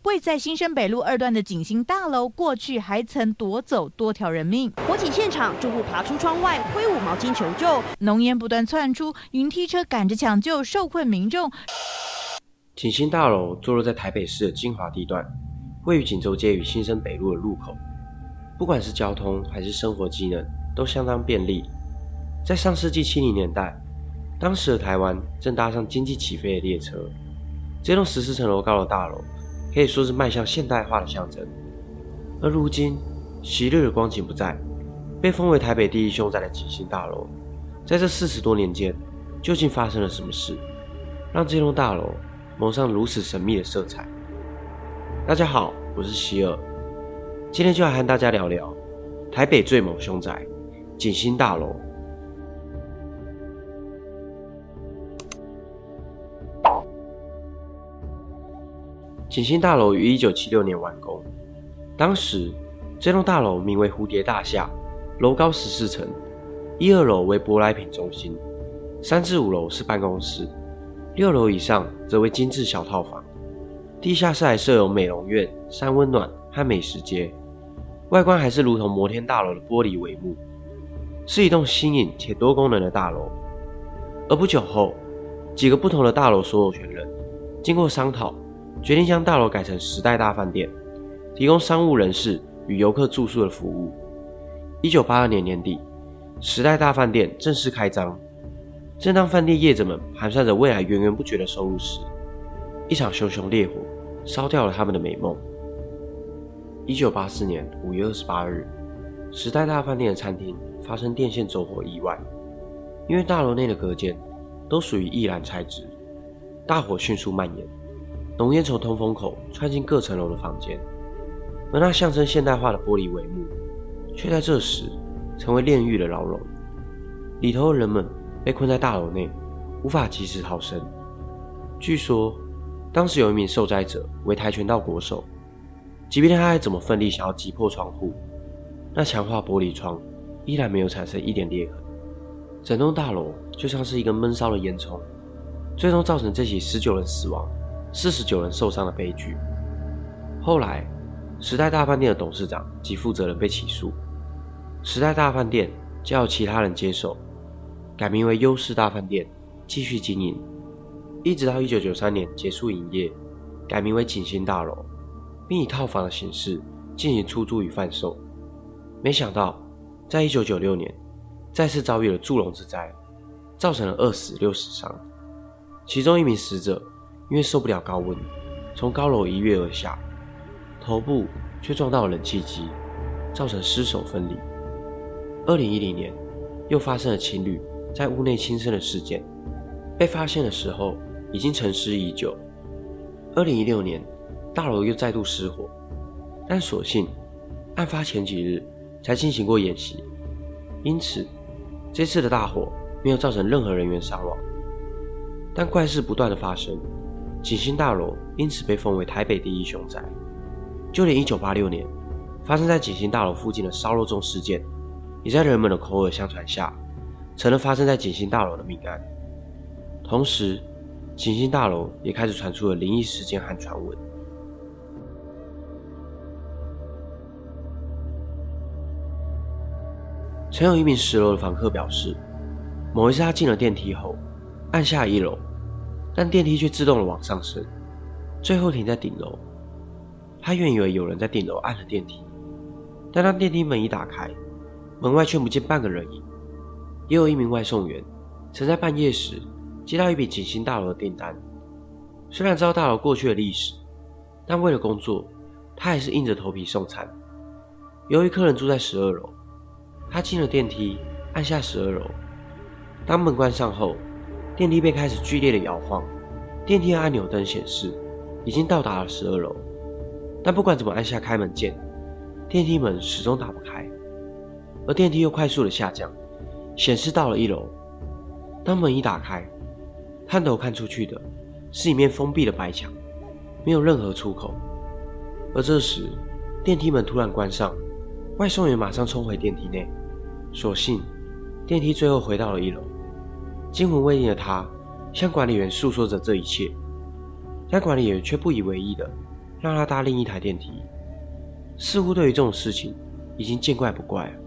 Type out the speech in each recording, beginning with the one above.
位在新生北路2段的景星大楼，过去还曾夺走多条人命。 火警现场，住户爬出窗外挥舞毛巾求救， 浓烟不断窜出，云梯车赶着抢救受困民众。 景星大楼坐落在台北市的精华地段，位于锦州街与新生北路的路口，不管是交通还是生活机能都相当便利。在上世纪70年代，当时的台湾正搭上经济起飞的列车，这栋14层楼高的大楼可以说是迈向现代化的象征。而如今昔日的光景不再，被封为台北第一凶宅的景星大楼，在这40多年间究竟发生了什么事，让这栋大楼蒙上如此神秘的色彩？大家好，我是希尔，今天就来和大家聊聊台北最猛凶宅景星大楼。景星大楼于1976年完工，当时这栋大楼名为蝴蝶大厦，楼高14层，1、2楼为舶来品中心，3至5楼是办公室，6楼以上则为精致小套房。地下室还设有美容院、三温暖和美食街，外观还是如同摩天大楼的玻璃帷幕，是一栋新颖且多功能的大楼。而不久后，几个不同的大楼所有权人经过商讨，决定将大楼改成时代大饭店，提供商务人士与游客住宿的服务。1982年年底，时代大饭店正式开张。正当饭店业者们盘算着未来源源不绝的收入时，一场熊熊烈火烧掉了他们的美梦。1984年5月28日，时代大饭店的餐厅发生电线走火意外，因为大楼内的隔间都属于易燃材质，大火迅速蔓延，浓烟从通风口窜进各层楼的房间，而那象征现代化的玻璃帷幕却在这时成为炼狱的牢笼，里头的人们被困在大楼内，无法及时逃生。据说当时有一名受灾者为跆拳道国手，即便他还怎么奋力想要击破窗户，那强化玻璃窗依然没有产生一点裂痕，整栋大楼就像是一根闷烧的烟囱，最终造成这起19人死亡、49人受伤的悲剧。后来时代大饭店的董事长及负责人被起诉，时代大饭店交由其他人接手，改名为优势大饭店，继续经营，一直到1993年结束营业，改名为景星大楼，并以套房的形式进行出租与贩售。没想到在1996年再次遭遇了祝融之灾，造成了2死6伤，其中一名死者因为受不了高温，从高楼一跃而下，头部却撞到了冷气机，造成尸首分离。2010年又发生了情侣在屋内轻生的事件，被发现的时候已经沉尸已久。2016年大楼又再度失火，但所幸案发前几日才进行过演习，因此这次的大火没有造成任何人员伤亡。但怪事不断的发生，景星大楼因此被封为台北第一凶宅。就连1986年发生在景星大楼附近的烧肉粽事件，也在人们的口耳相传下成了发生在景星大楼的命案。同时景星大楼也开始传出了灵异事件和传闻。曾有一名10楼的房客表示，某一次他进了电梯后按下1楼，但电梯却自动的往上升，最后停在顶楼。他原以为有人在顶楼按了电梯，但当电梯门一打开，门外却不见半个人影。也有一名外送员曾在半夜时接到一笔景星大楼的订单，虽然知道大楼过去的历史，但为了工作，他还是硬着头皮送餐。由于客人住在12楼，他进了电梯，按下12楼。当门关上后，电梯被开始剧烈的摇晃，电梯的按钮灯显示已经到达了12楼，但不管怎么按下开门键，电梯门始终打不开，而电梯又快速的下降，显示到了1楼。当门一打开，探头看出去的是一面封闭的白墙，没有任何出口。而这时电梯门突然关上，外送员马上冲回电梯内，所幸电梯最后回到了1楼。惊魂未定的他向管理员诉说着这一切，但管理员却不以为意的让他搭另一台电梯，似乎对于这种事情已经见怪不怪了。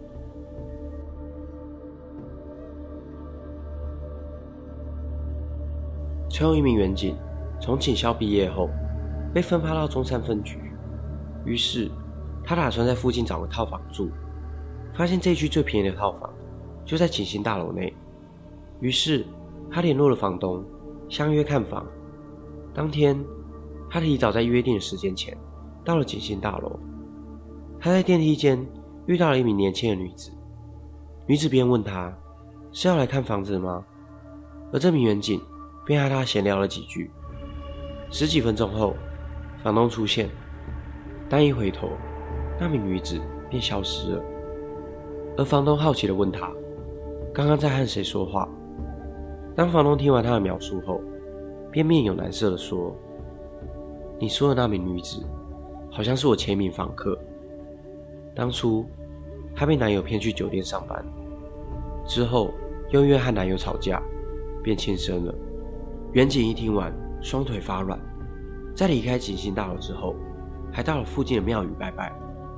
曾有一名员警从警校毕业后被分发到中山分局，于是他打算在附近找个套房住，发现这一区最便宜的套房就在景星大楼内，于是他联络了房东，相约看房。当天他提早在约定的时间前到了景星大楼，他在电梯间遇到了一名年轻的女子，女子便问他是要来看房子吗？而这名员警便和他闲聊了几句。10几分钟后，房东出现，但一回头，那名女子便消失了。而房东好奇地问他刚刚在和谁说话。当房东听完他的描述后，便面有难色地说，你说的那名女子好像是我前一名房客，当初她被男友骗去酒店上班，之后又因为和男友吵架便轻生了。员警一听完双腿发软，在离开景星大楼之后还到了附近的庙宇拜拜。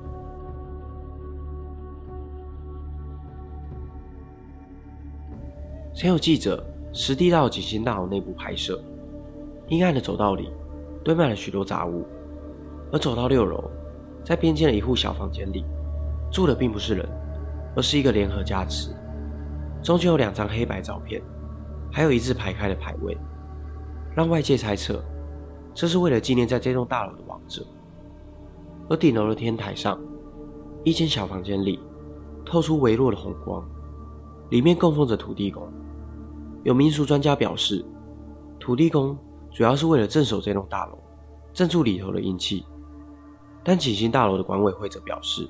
曾有记者实地到景星大楼内部拍摄，阴暗的走道里堆满了许多杂物，而走到6楼，在边间的一户小房间里住的并不是人，而是一个联合加持，中间有2张黑白照片，还有一字排开的牌位，让外界猜测这是为了纪念在这栋大楼的亡者。而顶楼的天台上，一间小房间里透出微弱的红光，里面供奉着土地公。有民俗专家表示，土地公主要是为了镇守这栋大楼，镇住里头的阴气。但景星大楼的管委会则表示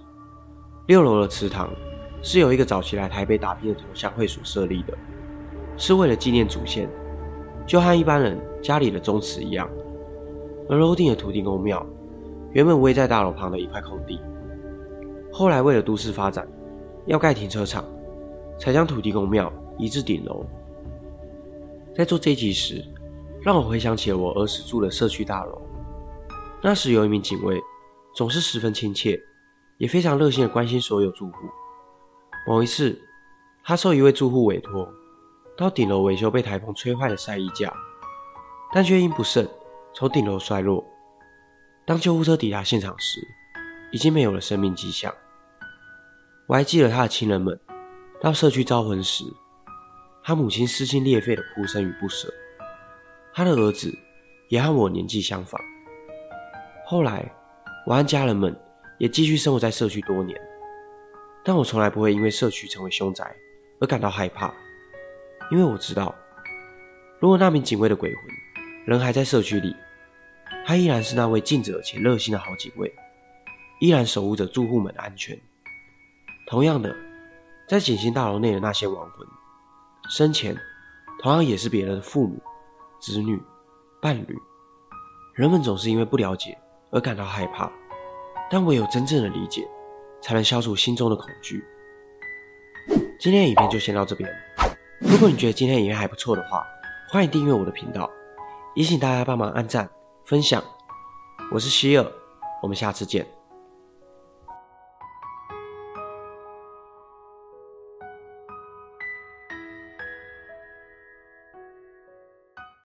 ，6楼的祠堂是由一个早期来台北打拼的同乡会所设立的，是为了纪念祖先，就和一般人家里的宗祠一样。而楼顶的土地公庙原本位在大楼旁的一块空地，后来为了都市发展要盖停车场，才将土地公庙移至顶楼。在做这一集时，让我回想起了我儿时住的社区大楼。那时有一名警卫总是十分亲切，也非常热心地关心所有住户。某一次，他受一位住户委托到顶楼维修被台风吹坏的晒衣架，但却因不慎从顶楼摔落。当救护车抵达现场时，已经没有了生命迹象。我还记得他的亲人们到社区招魂时，他母亲撕心裂肺的哭声与不舍。他的儿子也和我年纪相仿。后来我和家人们也继续生活在社区多年，但我从来不会因为社区成为凶宅而感到害怕，因为我知道，如果那名警卫的鬼魂人还在社区里，他依然是那位尽责且热心的好警卫，依然守护着住户们的安全。同样的，在景星大楼内的那些亡魂，生前同样也是别人的父母、子女、伴侣。人们总是因为不了解而感到害怕，但唯有真正的理解，才能消除心中的恐惧。今天的影片就先到这边。如果你觉得今天的影片还不错的话，欢迎订阅我的频道，也请大家帮忙按赞、分享。我是希尔，我们下次见。